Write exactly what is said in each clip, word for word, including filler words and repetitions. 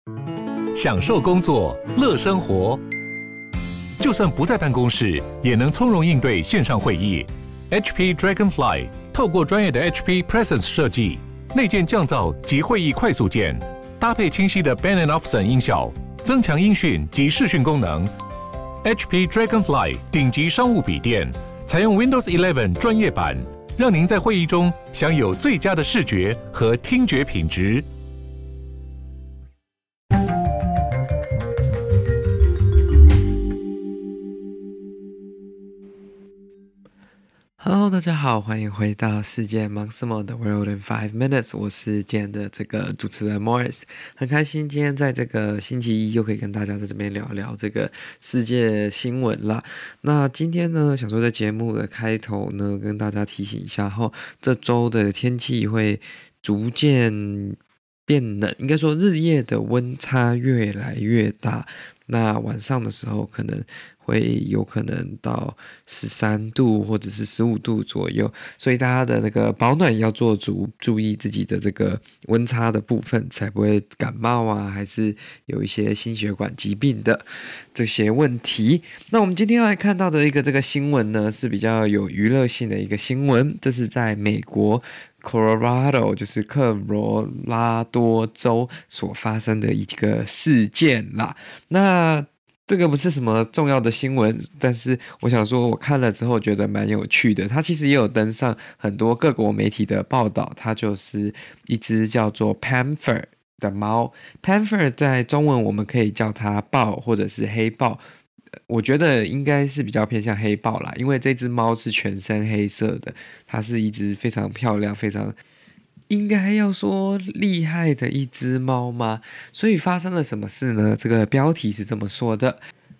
享受工作，乐生活。就算不在办公室，也能从容应对线上会议。H P Dragonfly 透过专业的 H P Presence 设计，内建降噪及会议快速键，搭配清晰的 Bang and Olufsen 音效，增强音讯及视讯功能。H P Dragonfly 顶级商务笔电，采用 Windows 十一专业版，让您在会议中享有最佳的视觉和听觉品质。 Hello， 大家好，欢迎回到世界忙什么的 World in Five Minutes， 我是今天的这个主持人 Morris， 很开心今天在这个星期一又可以跟大家在这边聊聊这个世界新闻啦。那今天呢，想说在节目的开头呢，跟大家提醒一下后，这周的天气会逐渐变冷，应该说日夜的温差越来越大，那晚上的时候可能会有可能到十三度或者是十五度左右，所以大家的那个保暖要做足，注意自己的这个温差的部分，才不会感冒啊，还是有一些心血管疾病的这些问题。那我们今天要来看到的一个这个新闻呢，是比较有娱乐性的一个新闻，这是在美国Colorado 就是科罗拉多州所发生的一个事件啦。那这个不是什么重要的新闻，但是我想说我看了之后觉得蛮有趣的，它其实也有登上很多各国媒体的报道。它就是一只叫做 Panther 的猫， Panther 在中文我们可以叫它豹或者是黑豹，我觉得应该是比较偏向黑豹啦，因为这只猫是全身黑色的，它是一只非常漂亮非常应该要说厉害的一只猫吗？所以发生了什么事呢？这个标题是这么说的：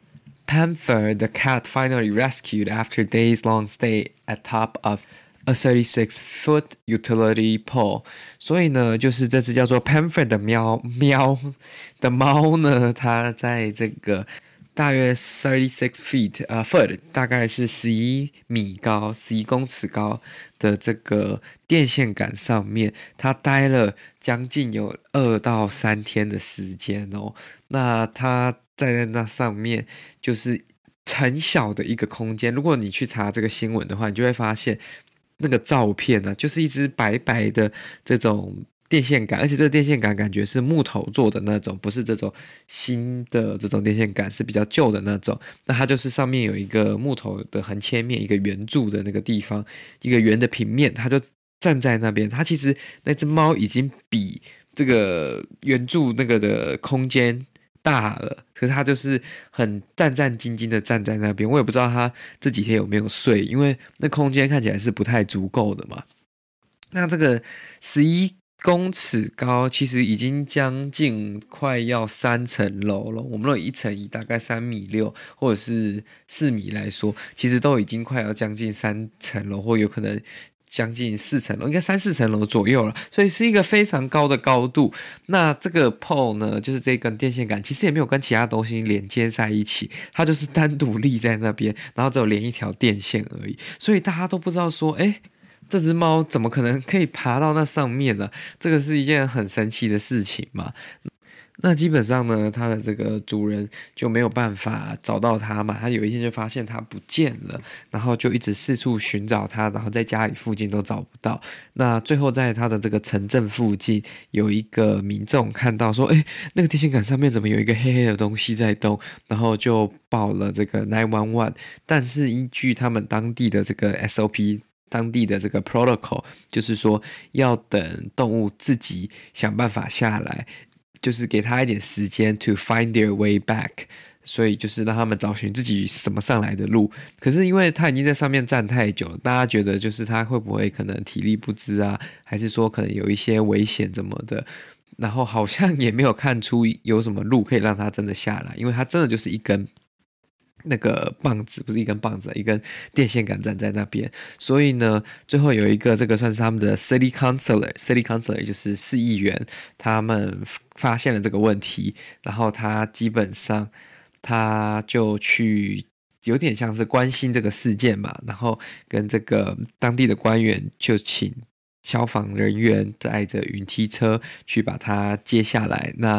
Panther, the cat finally rescued after days-long stay at top of a thirty-six foot utility pole。 所以呢，就是这只叫做 Panther 的喵喵的猫呢，它在这个大约thirty-six feet 呃 foot 大概是十一米高十一公尺高的这个电线杆上面，他待了将近有二到三天的时间哦。那他在那上面就是很小的一个空间，如果你去查这个新闻的话，你就会发现那个照片呢、啊，就是一只白白的这种电线杆，而且这个电线杆感觉是木头做的那种，不是这种新的这种电线杆，是比较旧的那种。那它就是上面有一个木头的横切面，一个圆柱的那个地方，一个圆的平面，它就站在那边。它其实那只猫已经比这个圆柱那个的空间大了，可是它就是很战战兢兢的站在那边。我也不知道它这几天有没有睡，因为那空间看起来是不太足够的嘛。那这个十一公尺高，其实已经将近快要三层楼了。我们如果一层以大概三米六或者是四米来说，其实都已经快要将近三层楼，或有可能将近四层楼，应该三四层楼左右了。所以是一个非常高的高度。那这个 pole 呢，就是这根电线杆，其实也没有跟其他东西连接在一起，它就是单独立在那边，然后只有连一条电线而已。所以大家都不知道说，哎，这只猫怎么可能可以爬到那上面呢？这个是一件很神奇的事情嘛。那基本上呢，它的这个主人就没有办法找到它嘛，他有一天就发现它不见了，然后就一直四处寻找它，然后在家里附近都找不到。那最后在他的这个城镇附近，有一个民众看到说，哎，那个电线杆上面怎么有一个黑黑的东西在动，然后就报了这个九一一。但是依据他们当地的这个 S O P，当地的这个 protocol， 就是说要等动物自己想办法下来，就是给他一点时间 to find their way back， 所以就是让他们找寻自己怎么上来的路。可是因为他已经在上面站太久，大家觉得就是他会不会可能体力不支啊，还是说可能有一些危险怎么的，然后好像也没有看出有什么路可以让他真的下来，因为他真的就是一根那个棒子，不是一根棒子，一根电线杆站在那边。所以呢，最后有一个这个算是他们的 city councilor， city councilor 就是市议员，他们发现了这个问题，然后他基本上他就去有点像是关心这个事件嘛，然后跟这个当地的官员就请消防人员带着云梯车去把它接下来。那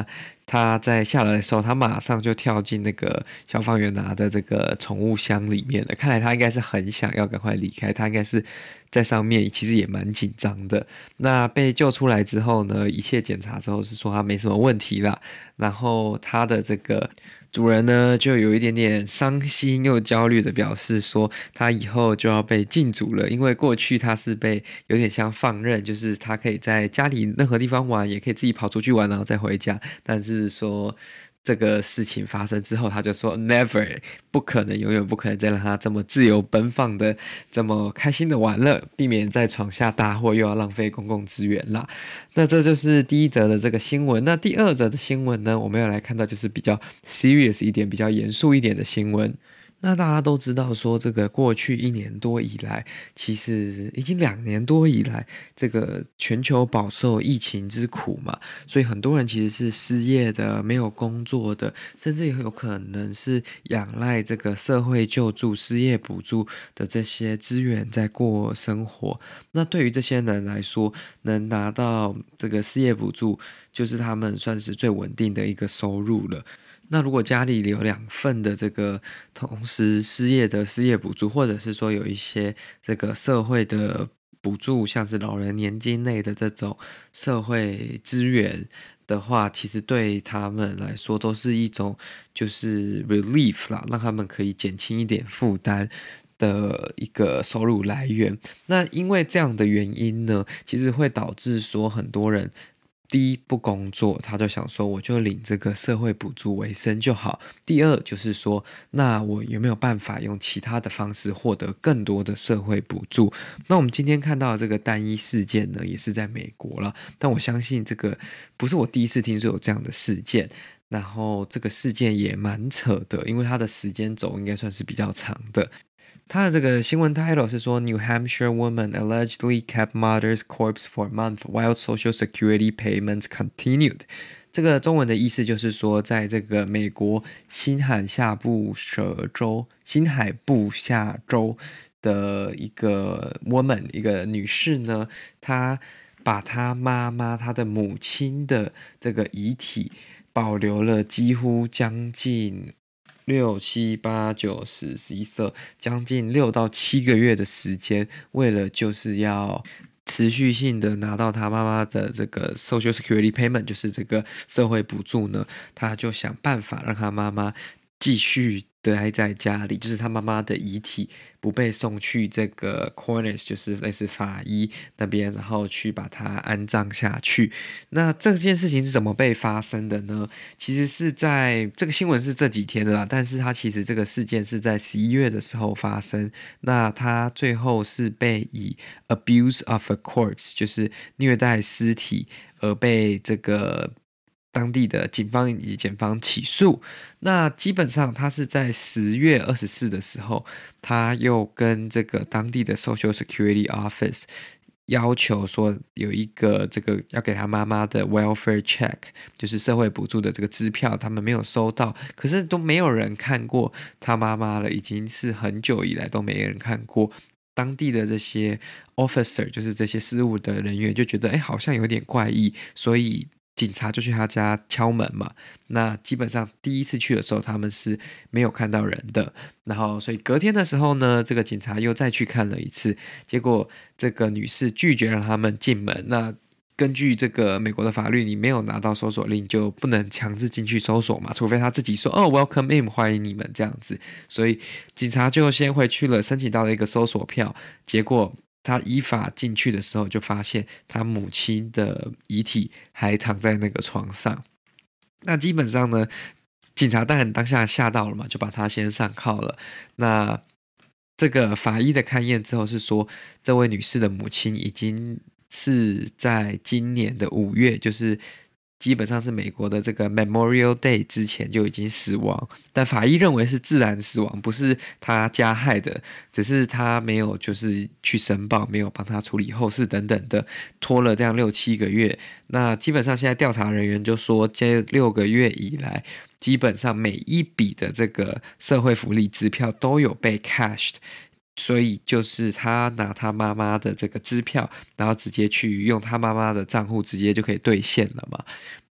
他在下来的时候，他马上就跳进那个消防员拿的这个宠物箱里面了。看来他应该是很想要赶快离开，他应该是在上面其实也蛮紧张的。那被救出来之后呢，一切检查之后是说他没什么问题啦。然后他的这个主人呢，就有一点点伤心又焦虑的表示说，他以后就要被禁足了，因为过去他是被有点像放任，就是他可以在家里任何地方玩，也可以自己跑出去玩，然后再回家。但是说这个事情发生之后，他就说 never 不可能，永远不可能再让他这么自由奔放的、这么开心的玩了，避免再闯下大祸，又要浪费公共资源啦。那这就是第一则的这个新闻。那第二则的新闻呢，我们要来看到就是比较 serious 一点、比较严肃一点的新闻。那大家都知道说，这个过去一年多以来，其实已经两年多以来，这个全球饱受疫情之苦嘛，所以很多人其实是失业的、没有工作的，甚至也有可能是仰赖这个社会救助、失业补助的这些资源在过生活。那对于这些人来说，能拿到这个失业补助，就是他们算是最稳定的一个收入了。那如果家里有两份的这个同时失业的失业补助，或者是说有一些这个社会的补助，像是老人年金类的这种社会资源的话，其实对他们来说都是一种就是 relief 啦，让他们可以减轻一点负担的一个收入来源。那因为这样的原因呢，其实会导致说很多人第一不工作，他就想说我就领这个社会补助为生就好。第二就是说，那我有没有办法用其他的方式获得更多的社会补助？那我们今天看到的这个单一事件呢，也是在美国了，但我相信这个不是我第一次听说有这样的事件。然后这个事件也蛮扯的，因为它的时间轴应该算是比较长的。他的这个新闻 title 是说 New Hampshire woman allegedly kept mother's corpse for a month while social security payments continued。 这个中文的意思就是说，在这个美国新罕夏布舍州新海布夏州的一个 woman 一个女士呢，她把她妈妈她的母亲的这个遗体保留了几乎将近六七八九十十一十二，将近六到七个月的时间，为了就是要持续性的拿到他妈妈的这个 Social Security Payment， 就是这个社会补助呢，他就想办法让他妈妈继续待在家里，就是他妈妈的遗体不被送去这个 corners， 就是类似法医那边，然后去把它安葬下去。那这件事情是怎么被发生的呢？其实是在这个新闻是这几天的啦，但是它其实这个事件是在十一月的时候发生。那它最后是被以 abuse of a corpse， 就是虐待尸体而被这个当地的警方以及检方起诉。那基本上他是在十月二十四的时候，他又跟这个当地的 Social Security Office 要求说有一个这个要给他妈妈的 welfare check， 就是社会补助的这个支票，他们没有收到，可是都没有人看过他妈妈了，已经是很久以来都没人看过。当地的这些 officer， 就是这些事务的人员就觉得哎，好像有点怪异，所以警察就去他家敲门嘛。那基本上第一次去的时候他们是没有看到人的，然后所以隔天的时候呢，这个警察又再去看了一次，结果这个女士拒绝让他们进门。那根据这个美国的法律，你没有拿到搜索令就不能强制进去搜索嘛，除非他自己说哦 welcome in， 欢迎你们这样子。所以警察就先回去了，申请到了一个搜索票，结果他依法进去的时候就发现他母亲的遗体还躺在那个床上。那基本上呢，警察当然当下吓到了嘛，就把他先上铐了。那这个法医的勘验之后是说，这位女士的母亲已经是在今年的五月，就是基本上是美国的这个 Memorial Day 之前就已经死亡，但法医认为是自然死亡，不是他加害的，只是他没有就是去申报，没有帮他处理后事等等的，拖了这样六七个月。那基本上现在调查人员就说，这六个月以来，基本上每一笔的这个社会福利支票都有被 cashed。所以就是他拿他妈妈的这个支票，然后直接去用他妈妈的账户直接就可以兑现了嘛。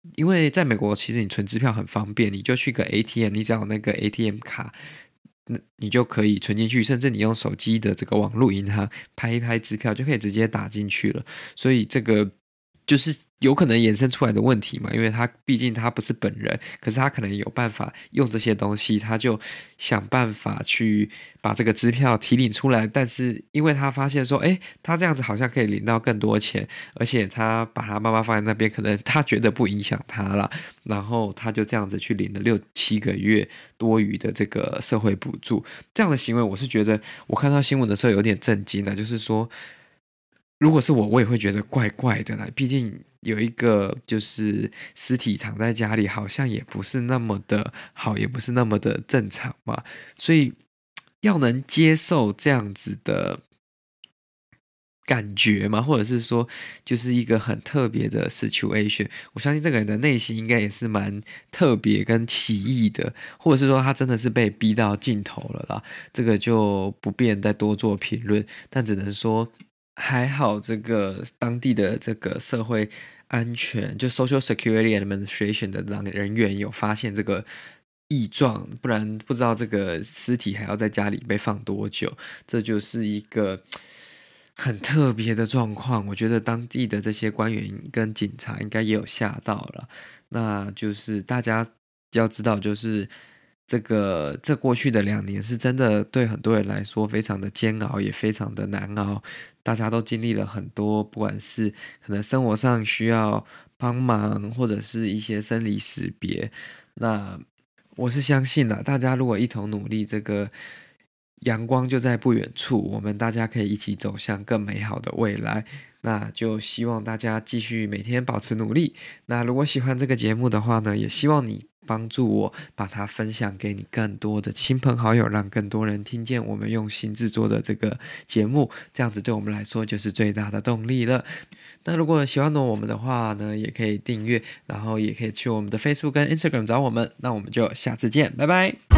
因为在美国其实你存支票很方便，你就去个 A T M， 你只要有那个 A T M 卡，你就可以存进去，甚至你用手机的这个网络银行拍一拍支票就可以直接打进去了，所以这个就是有可能衍生出来的问题嘛，因为他毕竟他不是本人，可是他可能有办法用这些东西，他就想办法去把这个支票提领出来，但是因为他发现说，诶，他这样子好像可以领到更多钱，而且他把他妈妈放在那边，可能他觉得不影响他啦，然后他就这样子去领了六七个月多余的这个社会补助，这样的行为我是觉得，我看到新闻的时候有点震惊的，就是说，如果是我，我也会觉得怪怪的啦。毕竟有一个就是尸体躺在家里，好像也不是那么的好，也不是那么的正常嘛。所以要能接受这样子的感觉嘛，或者是说就是一个很特别的 situation， 我相信这个人的内心应该也是蛮特别跟奇异的，或者是说他真的是被逼到尽头了啦，这个就不便再多做评论，但只能说还好这个当地的这个社会安全就 Social Security Administration 的人员有发现这个异状，不然不知道这个尸体还要在家里被放多久，这就是一个很特别的状况，我觉得当地的这些官员跟警察应该也有吓到了。那就是大家要知道，就是这个这过去的两年是真的对很多人来说非常的煎熬，也非常的难熬。大家都经历了很多，不管是可能生活上需要帮忙，或者是一些生离死别。那我是相信啦，大家如果一同努力，这个阳光就在不远处，我们大家可以一起走向更美好的未来。那就希望大家继续每天保持努力。那如果喜欢这个节目的话呢，也希望你帮助我把它分享给你更多的亲朋好友，让更多人听见我们用心制作的这个节目，这样子对我们来说就是最大的动力了。那如果喜欢我们的话呢，也可以订阅，然后也可以去我们的 Facebook 跟 Instagram 找我们。那我们就下次见，拜拜。